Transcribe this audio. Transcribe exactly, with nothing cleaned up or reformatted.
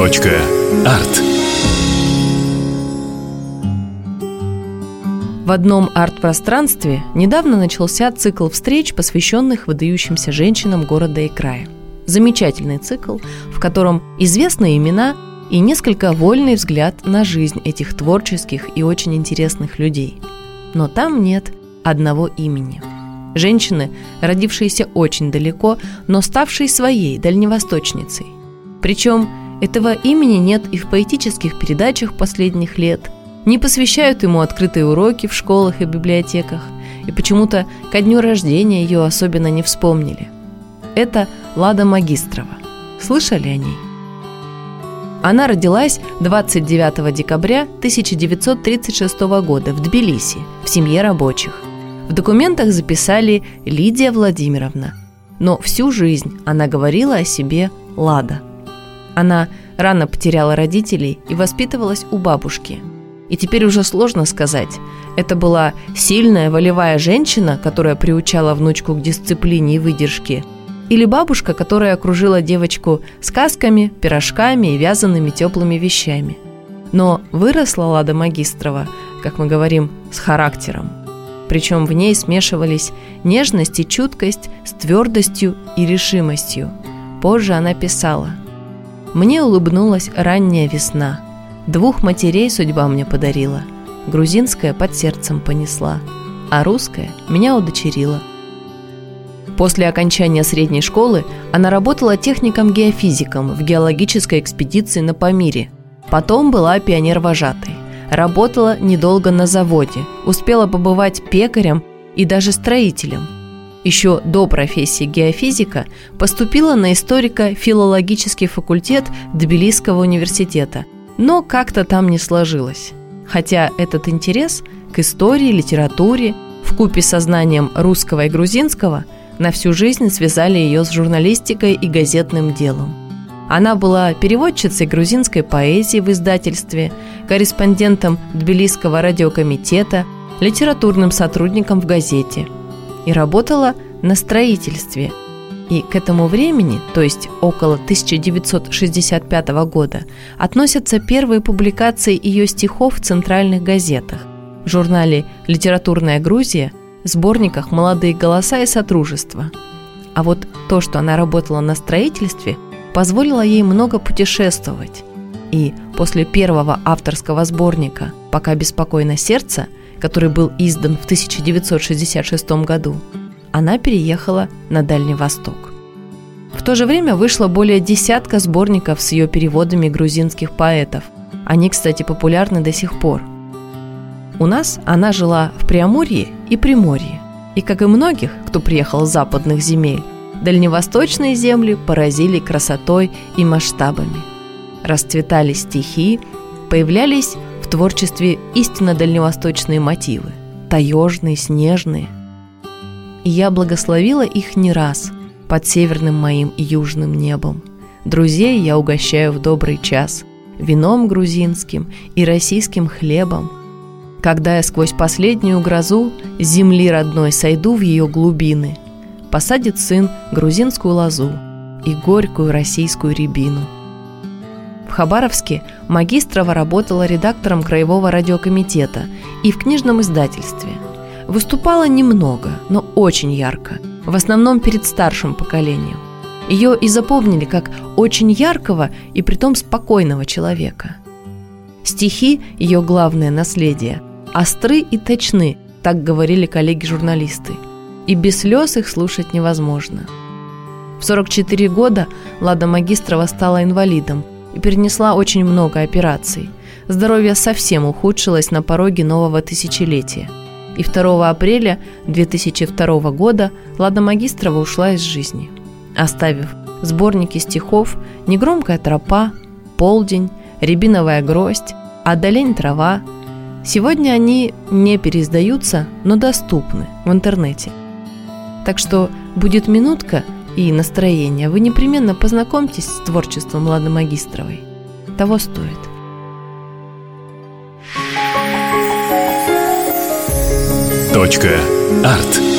Точка. Арт. В одном арт-пространстве недавно начался цикл встреч, посвященных выдающимся женщинам города и края. Замечательный цикл, в котором известные имена и несколько вольный взгляд на жизнь этих творческих и очень интересных людей. Но там нет одного имени. Женщины, родившиеся очень далеко, но ставшие своей дальневосточницей. Причем этого имени нет и в поэтических передачах последних лет, не посвящают ему открытые уроки в школах и библиотеках, и почему-то ко дню рождения ее особенно не вспомнили. Это Лада Магистрова. Слышали о ней? Она родилась двадцать девятого декабря тысяча девятьсот тридцать шестого года в Тбилиси, в семье рабочих. В документах записали Лидия Владимировна, но всю жизнь она говорила о себе Лада. Она рано потеряла родителей и воспитывалась у бабушки. И теперь уже сложно сказать, это была сильная волевая женщина, которая приучала внучку к дисциплине и выдержке, или бабушка, которая окружила девочку сказками, пирожками и вязаными теплыми вещами. Но выросла Лада Магистрова, как мы говорим, с характером. Причем в ней смешивались нежность и чуткость с твердостью и решимостью. Позже она писала: «Мне улыбнулась ранняя весна. Двух матерей судьба мне подарила. Грузинская под сердцем понесла, а русская меня удочерила». После окончания средней школы она работала техником-геофизиком в геологической экспедиции на Памире. Потом была пионер-вожатой. Работала недолго на заводе, успела побывать пекарем и даже строителем. Еще до профессии геофизика поступила на историко-филологический факультет Тбилисского университета, но как-то там не сложилось. Хотя этот интерес к истории, литературе, вкупе со знанием русского и грузинского, на всю жизнь связали ее с журналистикой и газетным делом. Она была переводчицей грузинской поэзии в издательстве, корреспондентом Тбилисского радиокомитета, литературным сотрудником в газете и работала на строительстве. И к этому времени, то есть около тысяча девятьсот шестьдесят пятого года, относятся первые публикации ее стихов в центральных газетах, в журнале «Литературная Грузия», сборниках «Молодые голоса» и «Содружество». А вот то, что она работала на строительстве, позволило ей много путешествовать. И после первого авторского сборника «Пока беспокойно сердце», который был издан в тысяча девятьсот шестьдесят шестом году, она переехала на Дальний Восток. В то же время вышло более десятка сборников с ее переводами грузинских поэтов. Они, кстати, популярны до сих пор. У нас она жила в Преамурье и Приморье. И, как и многих, кто приехал с западных земель, дальневосточные земли поразили красотой и масштабами. Расцветали стихи, появлялись в творчестве истинно дальневосточные мотивы, таежные, снежные. И я благословила их не раз под северным моим и южным небом. Друзей я угощаю в добрый час вином грузинским и российским хлебом. Когда я сквозь последнюю грозу с земли родной сойду в ее глубины, посадит сын грузинскую лозу и горькую российскую рябину. В Хабаровске Магистрова работала редактором Краевого радиокомитета и в книжном издательстве. Выступала немного, но очень ярко, в основном перед старшим поколением. Ее и запомнили как очень яркого и притом спокойного человека. Стихи, ее главное наследие, остры и точны, так говорили коллеги-журналисты, и без слез их слушать невозможно. В сорок четыре года Лада Магистрова стала инвалидом и перенесла очень много операций. Здоровье совсем ухудшилось на пороге нового тысячелетия. И второго апреля две тысячи второго года Лада Магистрова ушла из жизни, оставив сборники стихов «Негромкая тропа», «Полдень», «Рябиновая гроздь», «Одолень трава». Сегодня они не переиздаются, но доступны в интернете. Так что будет минутка и настроение, вы непременно познакомьтесь с творчеством Лады Магистровой. Того стоит. Точка. Арт.